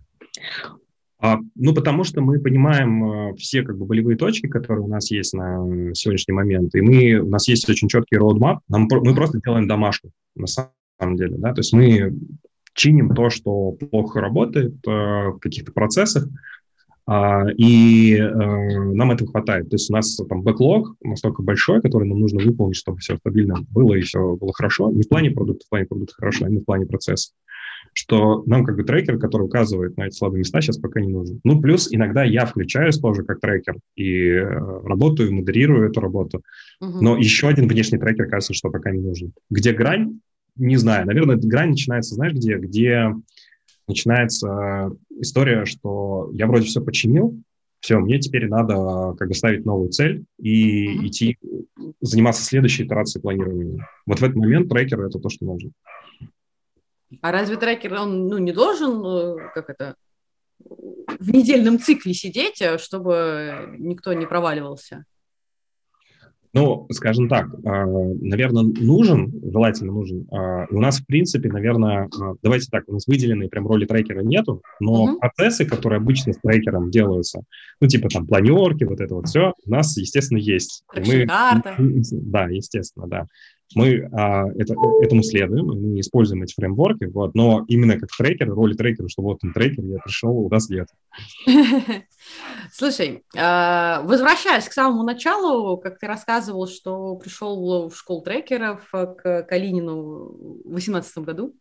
Ну, потому что мы понимаем все как бы болевые точки, которые у нас есть на сегодняшний момент, и у нас есть очень четкий roadmap. Мы просто делаем домашку, на самом деле, да, то есть мы чиним то, что плохо работает в каких-то процессах, и нам этого хватает. То есть у нас там бэклог настолько большой, который нам нужно выполнить, чтобы все стабильно было и все было хорошо. Не в плане продукта, хорошо, а именно в плане процесса. Что нам как бы трекер, который указывает на эти слабые места, сейчас пока не нужен. Ну, плюс иногда я включаюсь тоже как трекер и работаю, модерирую эту работу. Но еще один внешний трекер, кажется, что пока не нужен. Где грань? Не знаю. Наверное, грань начинается, знаешь, где начинается история, что я вроде все починил, все, мне теперь надо как бы ставить новую цель и идти заниматься следующей итерацией планирования. Вот в этот момент трекер – это то, что нужно. А разве трекер, он не должен, в недельном цикле сидеть, чтобы никто не проваливался? Ну, скажем так, наверное, желательно нужен. У нас, в принципе, наверное, давайте так, у нас выделенной прям роли трекера нету, но процессы, которые обычно с трекером делаются, ну, типа там планерки, вот это вот все, у нас, естественно, есть. Да, естественно, да. Мы этому следуем, мы используем эти фреймворки, вот, но именно как трекер, роли трекера, что вот он трекер, я пришел, у нас нет. Слушай, возвращаясь к самому началу, как ты рассказывал, что пришел в школу трекеров к Калинину в 2018 году,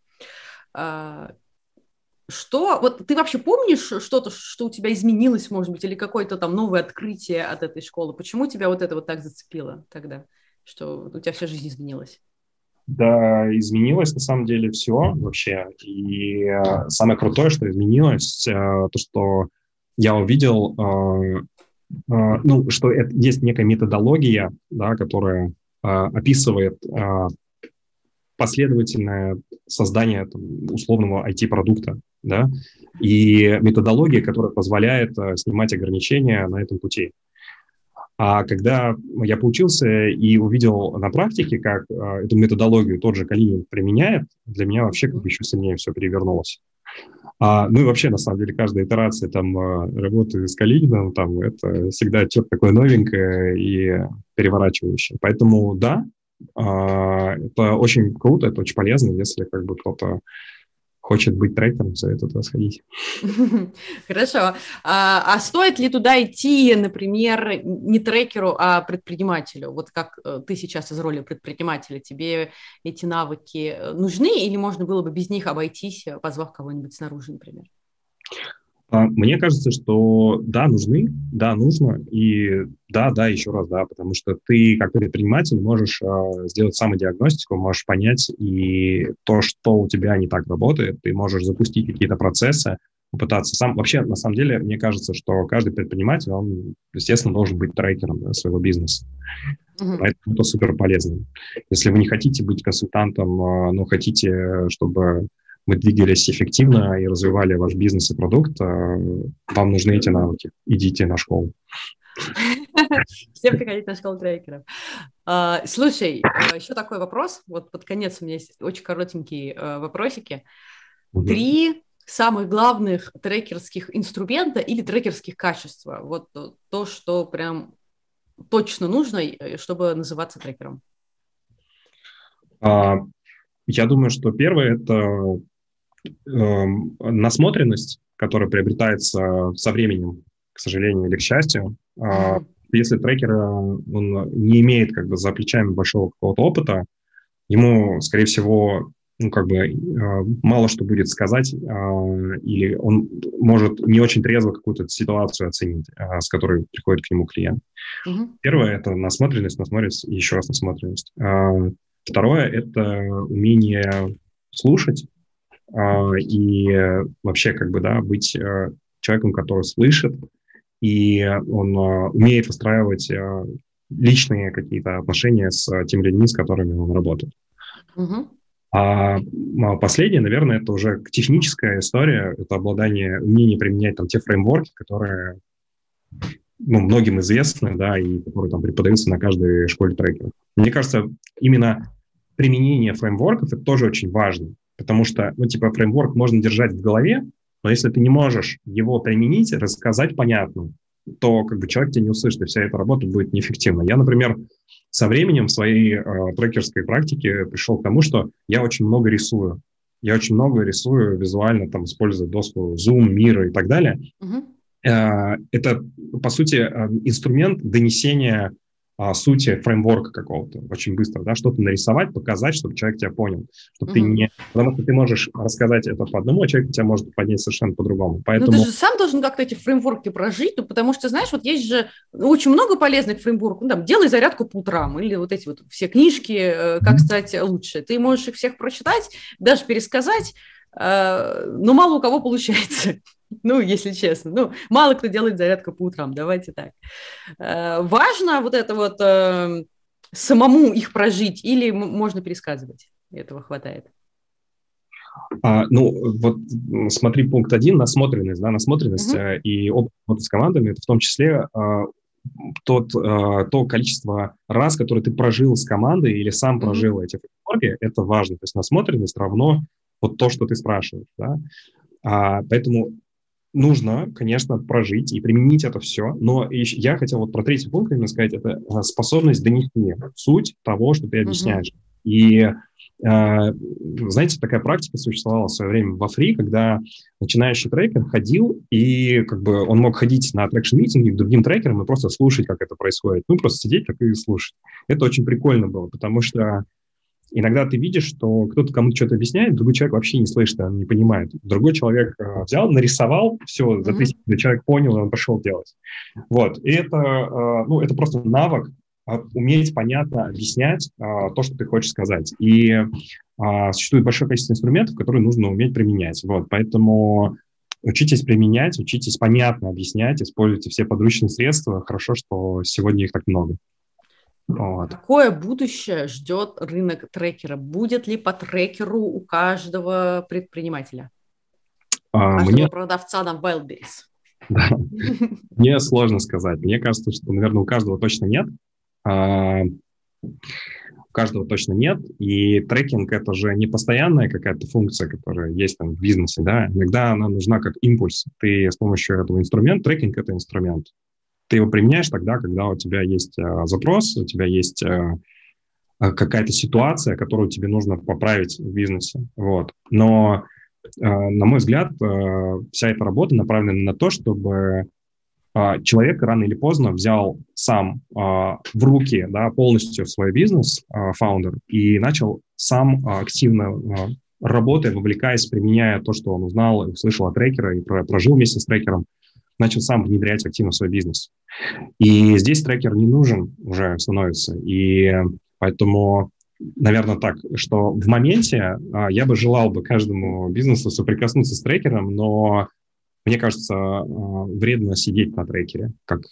вот ты вообще помнишь что-то, что у тебя изменилось, может быть, или какое-то там новое открытие от этой школы? Почему тебя вот это вот так зацепило тогда, что у тебя вся жизнь изменилась? Да, изменилось на самом деле все вообще. И самое крутое, что изменилось, то, что я увидел, что есть некая методология, да, которая описывает последовательное создание условного IT-продукта, да, и методология, которая позволяет снимать ограничения на этом пути. А когда я поучился и увидел на практике, как эту методологию тот же Калинин применяет, для меня вообще как бы еще сильнее все перевернулось. Ну и вообще, на самом деле, каждая итерация работы с Калининым, это всегда что-то такое новенькое и переворачивающее. Поэтому да, это очень круто, это очень полезно, если как бы кто-то хочет быть трекером, советую туда сходить. Хорошо. А стоит ли туда идти, например, не трекеру, а предпринимателю? Вот как ты сейчас из роли предпринимателя, тебе эти навыки нужны или можно было бы без них обойтись, позвав кого-нибудь снаружи, например? Мне кажется, что да, нужны, да, нужно, и да, еще раз, да, потому что ты как предприниматель можешь сделать самодиагностику, можешь понять и то, что у тебя не так работает, ты можешь запустить какие-то процессы, попытаться сам. Вообще, на самом деле, мне кажется, что каждый предприниматель, он, естественно, должен быть трекером своего бизнеса. Поэтому это супер полезно. Если вы не хотите быть консультантом, но хотите, чтобы мы двигались эффективно и развивали ваш бизнес и продукт, вам нужны эти навыки. Идите на школу. Всем приходить на школу трекеров. Слушай, еще такой вопрос. Вот под конец у меня есть очень коротенькие вопросики. 3 самых главных трекерских инструмента или трекерских качества. Вот то, что прям точно нужно, чтобы называться трекером. Я думаю, что первое – это насмотренность, которая приобретается со временем, к сожалению или к счастью. Если трекер он не имеет как бы за плечами большого какого-то опыта, ему, скорее всего, мало что будет сказать, или он может не очень трезво какую-то ситуацию оценить, с которой приходит к нему клиент. Первое – это насмотренность, и еще раз насмотренность. Второе – это умение слушать и вообще быть человеком, который слышит, и он умеет выстраивать личные какие-то отношения с теми людьми, с которыми он работает. А последнее, наверное, это уже техническая история, это умение применять те фреймворки, которые многим известны, да, и которые преподаются на каждой школе трекеров. Мне кажется, именно применение фреймворков – это тоже очень важно, потому что, фреймворк можно держать в голове, но если ты не можешь его применить, рассказать понятно, то человек тебя не услышит, и вся эта работа будет неэффективна. Я, например, со временем в своей трекерской практике пришел к тому, что я очень много рисую. Я очень много рисую визуально, используя доску Zoom, Miro и так далее. Это, по сути, инструмент донесения сути фреймворка какого-то очень быстро, да, что-то нарисовать, показать, чтобы человек тебя понял, чтобы потому что ты можешь рассказать это по одному, а человек тебя может поднять совершенно по-другому. Поэтому... ты же сам должен как-то эти фреймворки прожить, потому что, знаешь, вот есть же очень много полезных фреймворков, делай зарядку по утрам, или вот эти вот все книжки, как стать лучше. Ты можешь их всех прочитать, даже пересказать, но мало у кого получается. Если честно. Мало кто делает зарядку по утрам, давайте так. Важно вот это вот самому их прожить или можно пересказывать? Этого хватает. Смотри, пункт 1, насмотренность. Да, насмотренность и опыт с командами, это в том числе то количество раз, которое ты прожил с командой или сам прожил эти фреймворки, это важно. То есть насмотренность равно вот то, что ты спрашиваешь. Да? Поэтому нужно, конечно, прожить и применить это все, но я хотел про третий пункт именно сказать, это способность донести суть того, что ты объясняешь. И, знаете, такая практика существовала в свое время во Free, когда начинающий трекер ходил, и он мог ходить на трекшн-митинги к другим трекерам и просто слушать, как это происходит. Просто сидеть и слушать. Это очень прикольно было, потому что иногда ты видишь, что кто-то кому-то что-то объясняет, другой человек вообще не слышит, он не понимает. Другой человек взял, нарисовал, все, за 3 секунды человек понял, и он пошел делать. И это просто навык уметь понятно объяснять то, что ты хочешь сказать. И существует большое количество инструментов, которые нужно уметь применять. Поэтому учитесь применять, учитесь понятно объяснять, используйте все подручные средства. Хорошо, что сегодня их так много. Вот. Какое будущее ждет рынок трекера? Будет ли по трекеру у каждого предпринимателя? У каждого продавца на Wildberries? Да. Мне сложно сказать. Мне кажется, что, наверное, у каждого точно нет. У каждого точно нет. И трекинг — это же не постоянная какая-то функция, которая есть там в бизнесе, да. Иногда она нужна как импульс. Ты с помощью этого инструмента, трекинг — это инструмент. Ты его применяешь тогда, когда у тебя есть запрос, у тебя есть какая-то ситуация, которую тебе нужно поправить в бизнесе. Вот. Но, на мой взгляд, вся эта работа направлена на то, чтобы человек рано или поздно взял сам в руки, да, полностью свой бизнес, фаундер, и начал сам активно работая, вовлекаясь, применяя то, что он узнал, услышал от трекера и прожил вместе с трекером, начал сам внедрять активно в свой бизнес. И здесь трекер не нужен уже становится. И поэтому, наверное, так, что в моменте я бы желал бы каждому бизнесу соприкоснуться с трекером, но мне кажется, вредно сидеть на трекере. Как,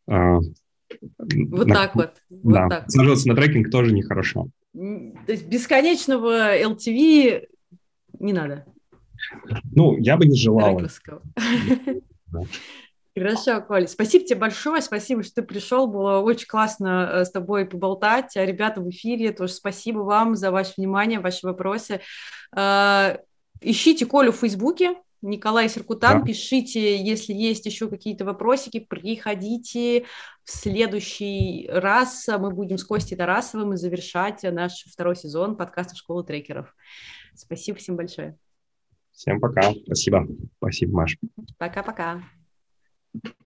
так вот. Да, так. Саживаться на трекинг тоже нехорошо. То есть бесконечного LTV не надо? Ну, я бы не желал. Да. Хорошо, Коль. Спасибо тебе большое, спасибо, что ты пришел. Было очень классно с тобой поболтать. А ребята в эфире тоже спасибо вам за ваше внимание, ваши вопросы. Ищите Колю в Фейсбуке. Николай Серкутан, да. Пишите, если есть еще какие-то вопросики, приходите в следующий раз. Мы будем с Костей Тарасовым завершать наш второй сезон подкаста «Школа трекеров». Спасибо всем большое. Всем пока. Спасибо. Спасибо, Маш. Пока-пока.